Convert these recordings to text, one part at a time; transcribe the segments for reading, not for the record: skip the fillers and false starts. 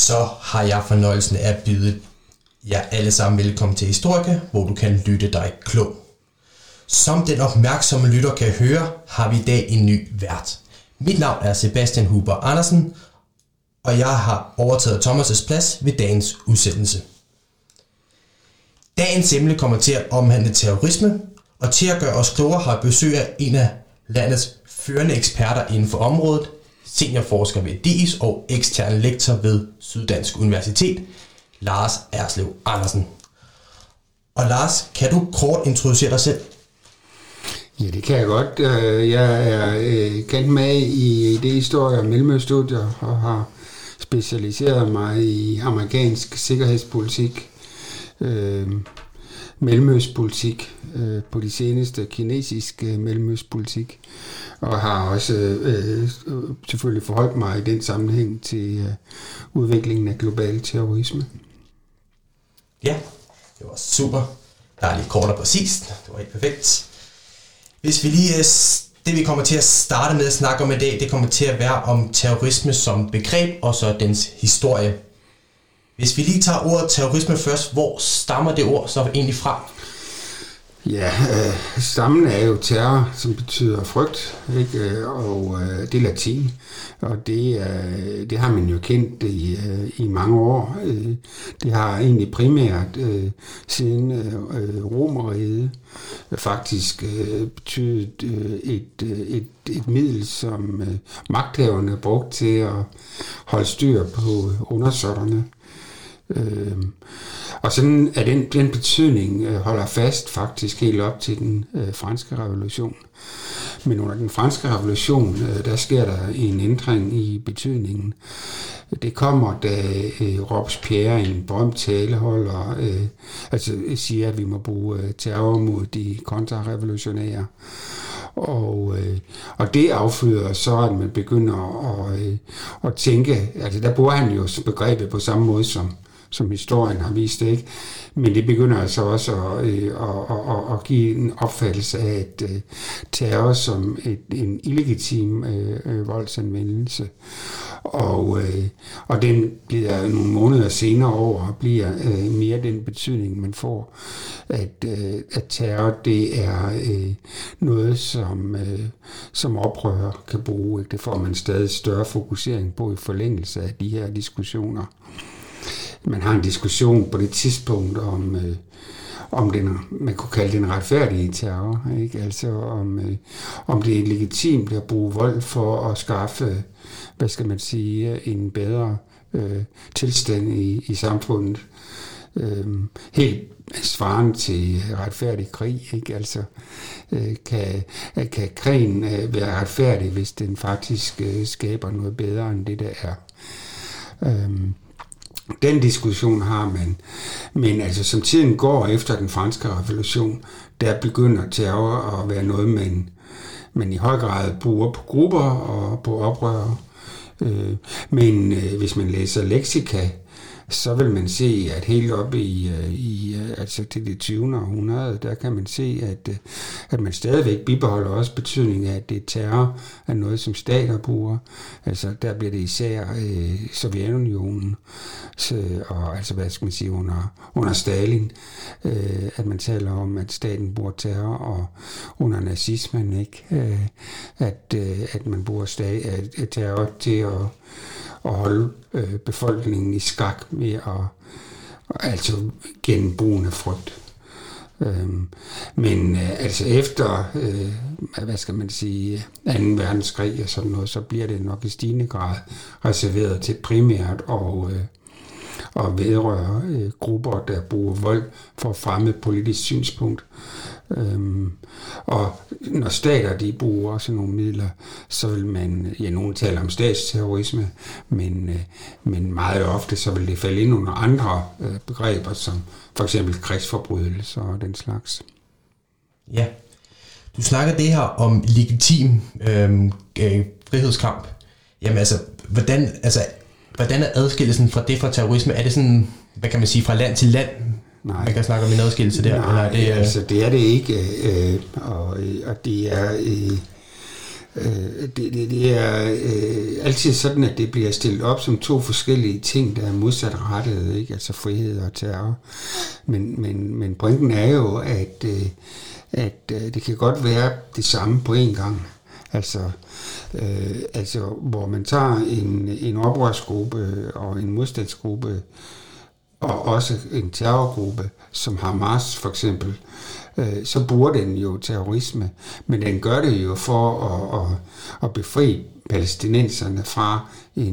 så har jeg fornøjelsen af at byde jer alle sammen velkommen til Historica, hvor du kan lytte dig klog. Som den opmærksomme lytter kan høre, har vi i dag en ny vært. Mit navn er Sebastian Huber Andersen, og jeg har overtaget Thomas' plads ved dagens udsendelse. Dagens emne kommer til at omhandle terrorisme, og til at gøre os klogere har besøg af en af landets førende eksperter inden for området, seniorforsker ved DIIS og ekstern lektor ved Syddansk Universitet, Lars Erslev Andersen. Og Lars, kan du kort introducere dig selv? Ja, det kan jeg godt. Jeg er kendt med i idéhistorie og mellemøststudier og har specialiseret mig i amerikansk sikkerhedspolitik, mellemøstpolitik, på de seneste kinesiske mellemøstpolitik, og har også selvfølgelig forholdt mig i den sammenhæng til udviklingen af global terrorisme. Ja, det var super dejligt, kort og præcist. Det var helt perfekt. Hvis vi lige, det vi kommer til at starte med at snakke om i dag, det kommer til at være om terrorisme som begreb og så dens historie. Hvis vi lige tager ordet terrorisme først, hvor stammer det ord så egentlig fra? Ja, stammen er jo terror, som betyder frygt, ikke? Og det er latin, og det har man jo kendt i mange år. Det har egentlig primært siden Romerriget faktisk betydet et middel, som magthaverne brugte til at holde styr på undersåtterne. Og sådan er den betydning holder fast faktisk helt op til den franske revolution. Men under den franske revolution, der sker der en ændring i betydningen. Det kommer, da Robespierre, en berømt taleholder, siger, at vi må bruge terror mod de kontrarevolutionære. Og det afføder så, at man begynder at tænke, altså der bruger han jo begrebet på samme måde som historien har vist det, ikke? Men det begynder altså også at give en opfattelse af et terror som en illegitim voldsanvendelse. Og den bliver nogle måneder senere over bliver mere den betydning, man får, at terror det er noget, som oprører kan bruge. Ikke? Det får man stadig større fokusering på i forlængelse af de her diskussioner. Man har en diskussion på det tidspunkt om den, man kunne kalde den retfærdige terror, ikke? Altså om det er legitimt at bruge vold for at skaffe, hvad skal man sige, en bedre tilstand i samfundet. Helt svarende til retfærdig krig, ikke? Altså kan krigen være retfærdig, hvis den faktisk skaber noget bedre end det der er. Den diskussion har man, men altså som tiden går efter den franske revolution, der begynder terror at være noget, man i høj grad bruger på grupper og på oprørere. Men hvis man læser leksika, så vil man se, at helt op altså til det 20. århundrede, der kan man se, at man stadigvæk bibeholder også betydningen af, at det terror er noget, som stater bruger. Altså der bliver det især Sovjetunionen, og altså hvad skal man sige, under Stalin, at man taler om, at staten bruger terror, og under nazismen, ikke, at man bruger terror til at holde befolkningen i skak ved altså gennem brugen af frygt. Men altså efter, hvad skal man sige, 2. verdenskrig og sådan noget, så bliver det nok i stigende grad reserveret til primært og vedrøre grupper, der bruger vold for at fremme et politisk synspunkt. Og når stater de bruger også nogle midler, så vil man, nogen taler om statsterrorisme, men meget ofte så vil det falde ind under andre begreber, som for eksempel krigsforbrydelser og den slags. Ja, du snakker det her om legitim frihedskamp. Jamen altså, hvordan er adskillelsen fra det fra terrorisme? Er det sådan, hvad kan man sige, fra land til land? Nej. Man kan snakke om en adskillelse der. Nej, eller er det, altså det er det ikke, og det er det er altid sådan, at det bliver stillet op som to forskellige ting, der er modsatrettede, ikke? Altså frihed og terror. Men pointen er jo, at det kan godt være det samme på en gang. Altså hvor man tager en oprørsgruppe og en modstandsgruppe og også en terrorgruppe, som Hamas for eksempel, så bruger den jo terrorisme, men den gør det jo for at befri palæstinenserne fra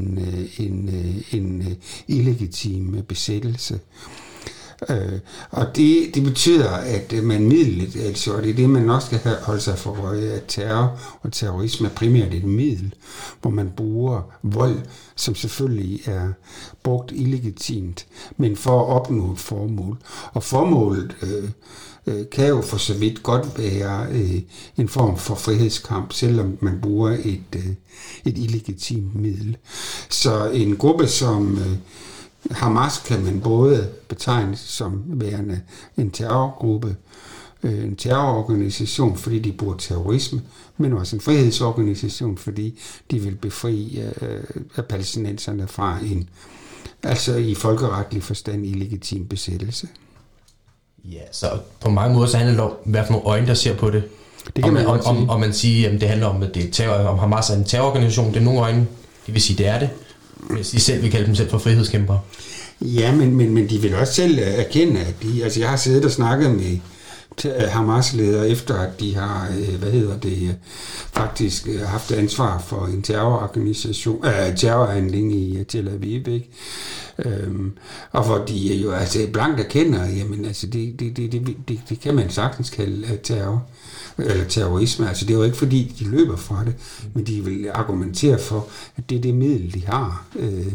en illegitim besættelse. Og det betyder, at man midlet, altså, og det er det, man nok skal holde sig for øje, at terror og terrorisme er primært et middel, hvor man bruger vold, som selvfølgelig er brugt illegitimt, men for at opnå et formål. Og formålet kan jo for så vidt godt være en form for frihedskamp, selvom man bruger et illegitimt middel. Så en gruppe som Hamas kan man både betegne som værende en terrorgruppe, en terrororganisation, fordi de bruger terrorisme, men også en frihedsorganisation, fordi de vil befri palæstinenserne fra altså i folkeretlig forstand illegitim besættelse. Ja, så på mange måder så handler det om, hvad for nogle øjne, der ser på det. Det kan man sige, at det handler om, at det er terror, om Hamas er en terrororganisation. Det er nogle øjne, det vil sige, det er det. Hvis de selv vil kalde dem selv for frihedskæmpere. Ja, men de vil også selv erkende, at altså jeg har siddet og snakket med Hamas-ledere, efter at de har, faktisk haft ansvar for en terrorhandling i Tel Aviv, ikke? Og hvor de jo altså blankt erkender, jamen altså det kan man sagtens kalde terror eller terrorisme. Altså det er jo ikke fordi de løber fra det, men de vil argumentere for, at det er det middel de har.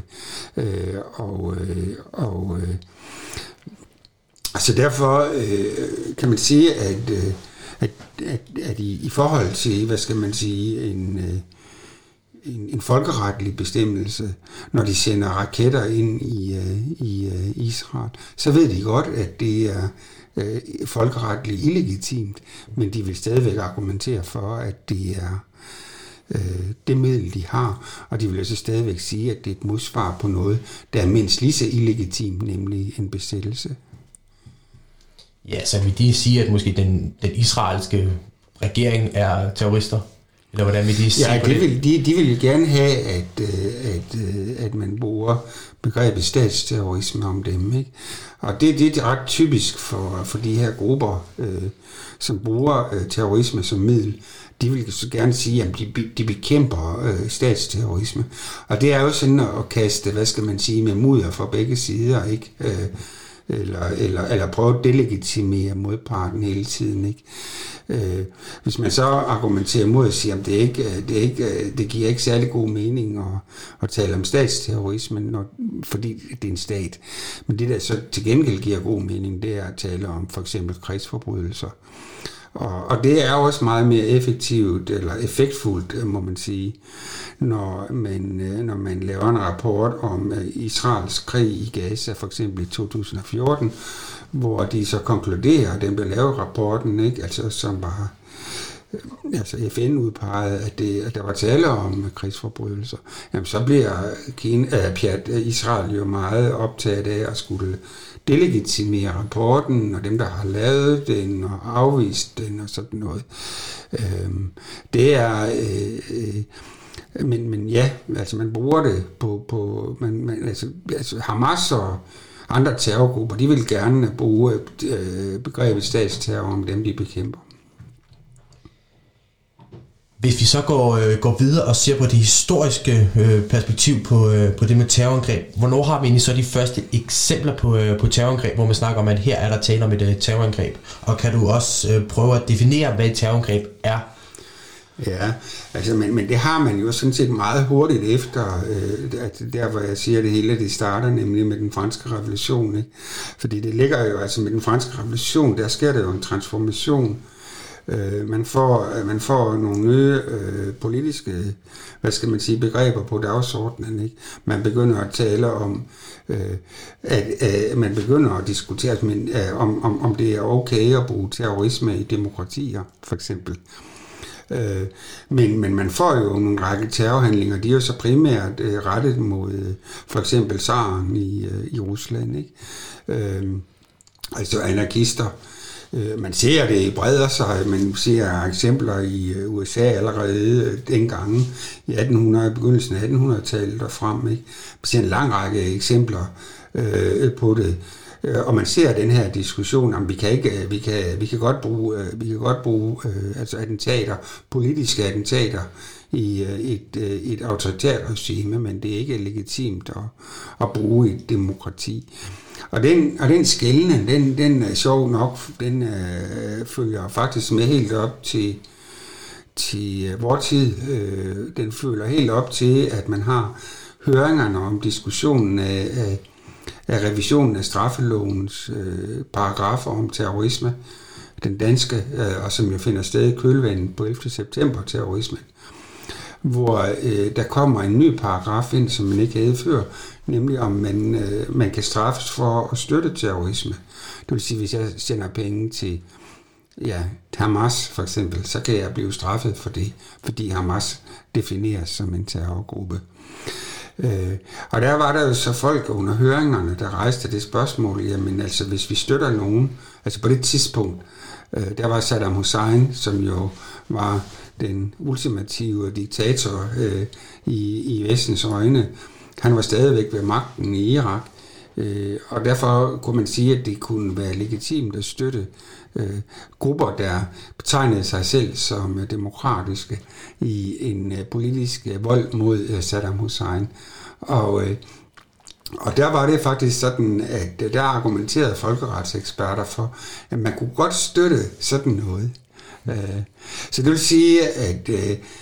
Altså derfor kan man sige, at i forhold til, hvad skal man sige, en folkeretlig bestemmelse, når de sender raketter ind i Israel, så ved de godt, at det er folkeretligt illegitimt, men de vil stadigvæk argumentere for, at det er det middel, de har, og de vil så stadigvæk sige, at det er et modsvar på noget, der er mindst lige så illegitimt, nemlig en besættelse. Ja, så vil de sige, at måske den israelske regering er terrorister? Eller hvordan vil de sige på det? De vil jo gerne have, at man bruger begrebet statsterrorisme om dem, ikke? Og det er ret typisk for de her grupper, som bruger terrorisme som middel. De vil så gerne sige, at de bekæmper statsterrorisme. Og det er jo sådan at kaste, hvad skal man sige, med mudder fra begge sider, ikke? Eller prøve at delegitimere modparten hele tiden, ikke? Hvis man så argumenterer mod at sige, at det giver ikke særlig god mening at tale om statsterrorisme, fordi det er en stat. Men det der så til gengæld giver god mening, det er at tale om for eksempel krigsforbrydelser. Og det er også meget mere effektivt, eller effektfuldt, må man sige, når man laver en rapport om Israels krig i Gaza, for eksempel i 2014, hvor de så konkluderer, dem der laver rapporten, ikke, altså som var FN udpeget, at der var tale om krigsforbrydelser, jamen så bliver Israel jo meget optaget af at skulle delegitimere rapporten, og dem, der har lavet den og afvist den og sådan noget. Det er... Men ja, altså man bruger det på altså Hamas og andre terrorgrupper, de vil gerne bruge begrebet statsterror om dem, de bekæmper. Hvis vi så går videre og ser på det historiske perspektiv på det med terrorangreb, hvornår har vi egentlig så de første eksempler på terrorangreb, hvor man snakker om, at her er der tale om et terrorangreb? Og kan du også prøve at definere, hvad et terrorangreb er? Ja, altså, men det har man jo sådan set meget hurtigt efter, at der hvor jeg siger, det hele det starter nemlig med den franske revolution, ikke? Fordi det ligger jo, altså med den franske revolution, der sker der jo en transformation. Man får nogle nye politiske, hvad skal man sige, begreber på dagsordenen, ikke? Man begynder at tale om, man begynder at diskutere, om det er okay at bruge terrorisme i demokratier, for eksempel. Men man får jo nogle række terrorhandlinger, de er jo så primært rettet mod for eksempel zaren i Rusland, ikke? Altså anarkister. Man ser det breder sig, man ser eksempler i USA allerede dengang i 1800, begyndelsen af 1800-tallet og frem, ikke? Man ser en lang række eksempler på det. Og man ser den her diskussion om vi kan godt bruge altså attentater, politiske attentater i et autoritært regime, men det er ikke legitimt at bruge et demokrati. Og den skelnen, den er sjov nok, den følger faktisk med helt op til vor tid. Den følger helt op til, at man har høringerne om diskussionen af revisionen af straffelovens paragrafer om terrorisme, den danske, og som jo finder sted i kølvandet på 11. september terrorismen, hvor der kommer en ny paragraf ind, som man ikke havde før, nemlig om man kan straffes for at støtte terrorisme. Det vil sige, hvis jeg sender penge til Hamas for eksempel, så kan jeg blive straffet for det, fordi Hamas defineres som en terrorgruppe. Og der var der jo så folk under høringerne, der rejste det spørgsmål, jamen altså hvis vi støtter nogen, altså på det tidspunkt, der var Saddam Hussein, som jo var den ultimative diktator i Vestens øjne. Han var stadigvæk ved magten i Irak, og derfor kunne man sige, at det kunne være legitimt at støtte grupper, der betegnede sig selv som demokratiske i en politisk vold mod Saddam Hussein. Og der var det faktisk sådan, at der argumenterede folkeretseksperter for, at man kunne godt støtte sådan noget. Så det vil sige, at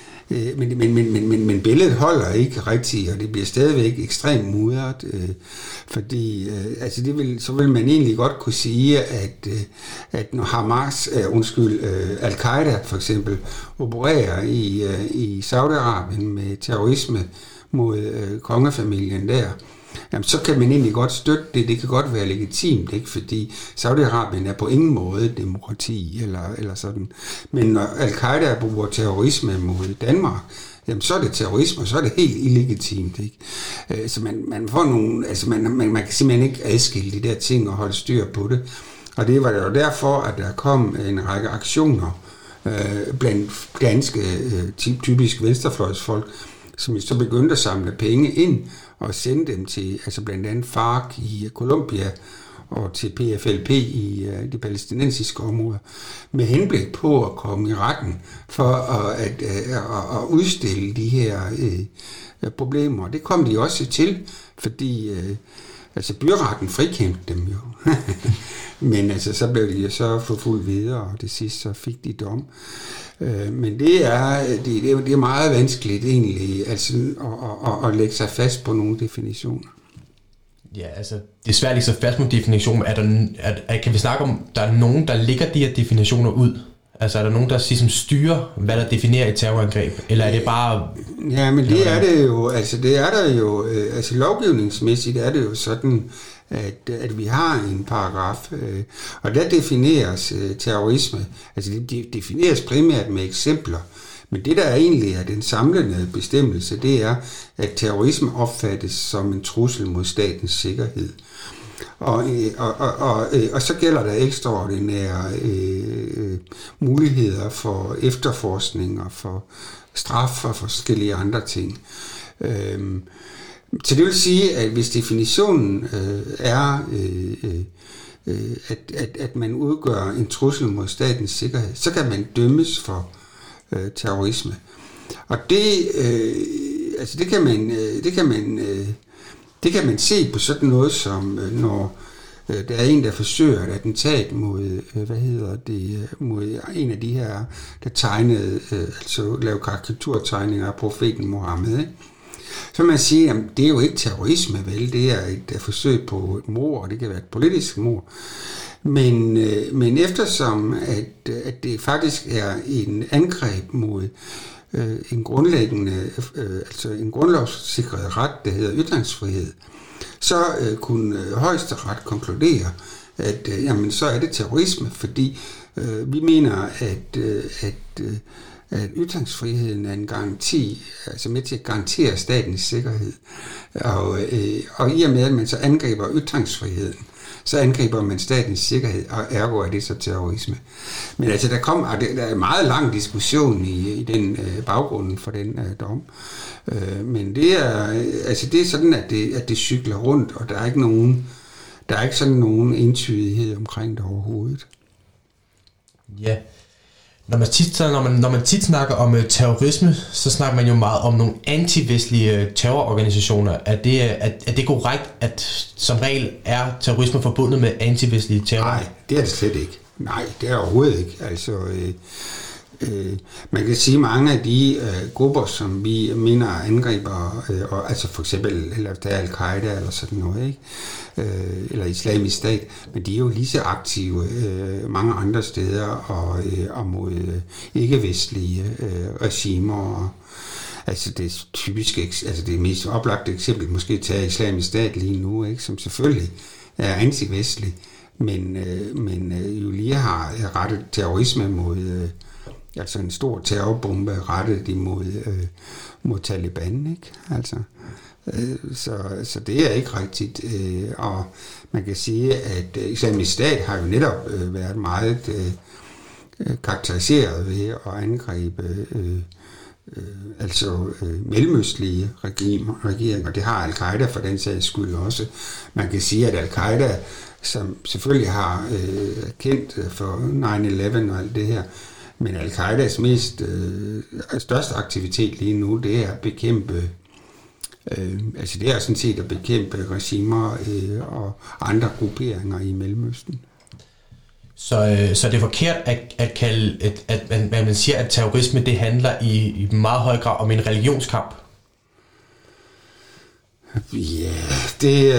men billedet holder ikke rigtigt, og det bliver stadigvæk ekstremt mudret, fordi altså så vil man egentlig godt kunne sige, at når Hamas, Al-Qaida for eksempel, opererer i Saudi-Arabien med terrorisme mod kongefamilien der, jamen, så kan man egentlig godt støtte det. Det kan godt være legitimt, ikke? Fordi Saudi-Arabien er på ingen måde demokrati eller sådan. Men når Al-Qaida bruger terrorisme mod Danmark, jamen, så er det terrorisme, og så er det helt illegitimt, ikke? Så man får nogle, altså man kan simpelthen ikke adskille de der ting og holde styr på det. Og det var jo derfor, at der kom en række aktioner blandt danske, typisk venstrefløjsfolk, som så begyndte at samle penge ind og sende dem til, altså blandt andet FARC i Colombia og til PFLP i de palæstinensiske områder, med henblik på at komme i retten for at udstille de her problemer. Det kom de også til, fordi altså byretten frikendte dem jo. Men altså, så blev de så forfulgt videre, og det sidste så fik de dom. Men det er meget vanskeligt egentlig altså, at lægge sig fast på nogle definitioner. Ja, altså det er svært at lægge sig fast på definitioner. Kan vi snakke om, der er nogen, der lægger de her definitioner ud? Altså er der nogen, der ligesom styrer, hvad der definerer et terrorangreb? Eller er det bare... Ja, men det er det jo. Altså det er der jo. Altså lovgivningsmæssigt er det jo sådan, at vi har en paragraf, og der defineres terrorisme. Altså det defineres primært med eksempler. Men det, der egentlig er den samlende bestemmelse, det er, at terrorisme opfattes som en trussel mod statens sikkerhed. Og så gælder der ekstraordinære muligheder for efterforskning og for straf og forskellige andre ting. Så det vil sige, at hvis definitionen er, at man udgør en trussel mod statens sikkerhed, så kan man dømmes for terrorisme. Og det kan man se på sådan noget som når der er en, der forsøger et attentat mod mod en af de her, der tegnede, altså lavede karikaturtegninger af profeten Mohammed, ikke? Så man siger, at det er jo ikke terrorisme, vel? Det er et forsøg på et mord, og det kan være et politisk mord. Men eftersom at det faktisk er en angreb mod en grundlæggende, altså en grundlovssikret ret, der hedder ytringsfrihed, så kunne Højesteret konkludere, at jamen, så er det terrorisme, fordi vi mener, at ytringsfriheden er en garanti, altså med til at garantere statens sikkerhed. Og i og med, at man så angriber ytringsfriheden, så angriber man statens sikkerhed, og ergo er det så terrorisme. Men altså, der er en meget lang diskussion i den baggrunden for den dom. Men det er sådan, at det cykler rundt, og der er ikke sådan nogen entydighed omkring det overhovedet. Ja. Når man tit snakker om terrorisme, så snakker man jo meget om nogle antivestlige terrororganisationer. Er det korrekt, at som regel er terrorisme forbundet med antivestlige terror? Nej, det er det slet ikke. Nej, det er overhovedet ikke. Altså, man kan sige, mange af de grupper, som vi mener angriber, altså for eksempel eller der er Al-Qaida eller sådan noget, ikke? Eller Islamisk Stat, men de er jo lige så aktive mange andre steder og mod ikke-vestlige regimer. Altså det typiske, altså det mest oplagte eksempel måske tager Islamisk Stat lige nu, ikke? Som selvfølgelig er anti-vestlig, men jo lige har rettet terrorisme mod altså en stor terrorbombe rettet mod Taliban, ikke? Altså, så det er ikke rigtigt. Og man kan sige, at Islamisk Stat har jo netop været meget karakteriseret ved at angribe mellemøstlige regeringer. Det har Al-Qaida for den sags skyld også. Man kan sige, at Al-Qaida, som selvfølgelig har kendt for 9/11 og alt det her, men Al-Qaidas største aktivitet lige nu, det er at bekæmpe det er sådan set at bekæmpe regimer og andre grupperinger i Mellemøsten. Så det er forkert at kalde, at man siger, at terrorisme det handler i meget høj grad om en religionskamp? Ja, det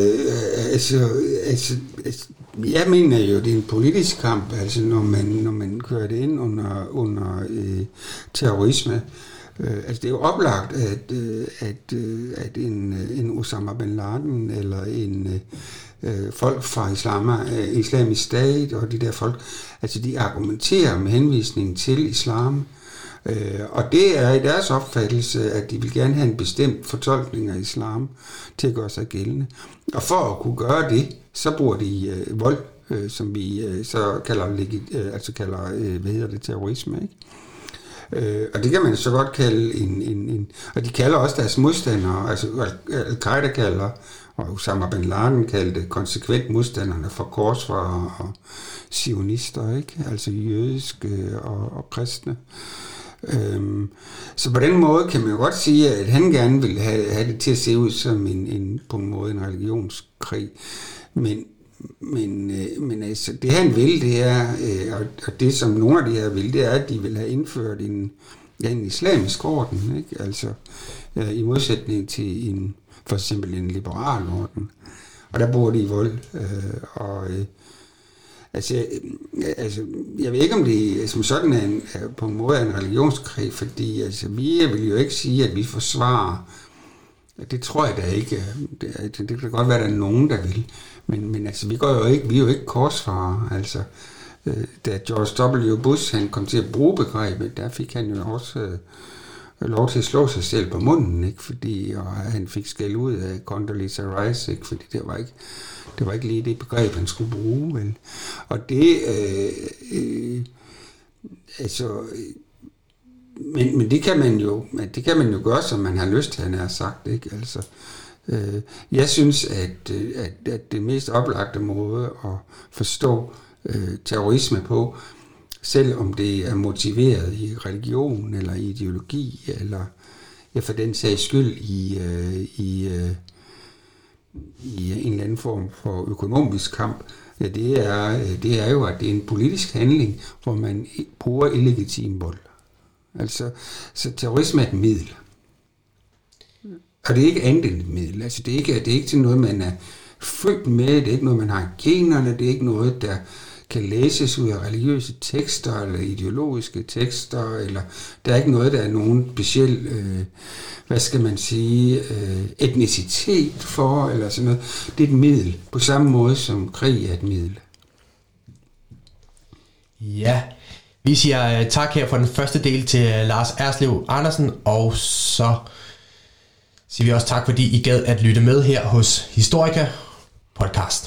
jeg mener jo, det er en politisk kamp, altså når man kører det ind under terrorisme. Altså det er jo oplagt, at en Osama bin Laden eller en folk fra Islamisk Stat og de der folk, altså de argumenterer med henvisning til islam, og det er i deres opfattelse, at de vil gerne have en bestemt fortolkning af islam til at gøre sig gældende. Og for at kunne gøre det, så bruger de vold, som vi så kalder terrorisme, ikke? Og det kan man så godt kalde og de kalder også deres modstandere, altså Al-Qaida kalder, og Osama bin Laden kaldte konsekvent modstanderne for korsfarere og zionister, ikke? Altså jødiske og kristne. Så på den måde kan man jo godt sige, at han gerne vil have det til at se ud som på en måde en religionskrig, men altså, det han vil, det er, og det som nogle af de her vil, det er, at de vil have indført en islamisk orden, ikke? Altså i modsætning til for eksempel en liberal orden. Og der bruger de vold. Jeg ved ikke, om det som sådan er på en måde en religionskrig, fordi altså, vi vil jo ikke sige, at vi forsvarer. Det tror jeg da ikke. Det kan godt være, at der er nogen, der vil. Men altså, vi er jo ikke korsfarere. Altså, da George W. Bush han kom til at bruge begrebet, der fik han jo også lov til at slå sig selv på munden, ikke? Fordi han fik skæld ud af Condoleezza Rice, ikke? Fordi det var ikke lige det begreb, han skulle bruge, vel? Og det men det kan man jo gøre, som man har lyst til, han har sagt, ikke? Altså, jeg synes, at det mest oplagte måde at forstå terrorisme på, selvom det er motiveret i religion eller ideologi, eller for den sags skyld i en eller anden form for økonomisk kamp, ja, det er jo, at det er en politisk handling, hvor man bruger illegitim vold. Altså, så terrorisme er et middel. Og det er ikke andet end et middel. Altså, det er ikke til noget, man er født med, det er ikke noget, man har i generne, det er ikke noget, der kan læses ud af religiøse tekster eller ideologiske tekster, eller der er ikke noget, der er nogen speciel, etnicitet for, eller sådan noget. Det er et middel, på samme måde som krig er et middel. Ja, Vi siger tak her for den første del til Lars Erslev Andersen, og så siger vi også tak, fordi I gad at lytte med her hos Historica Podcast.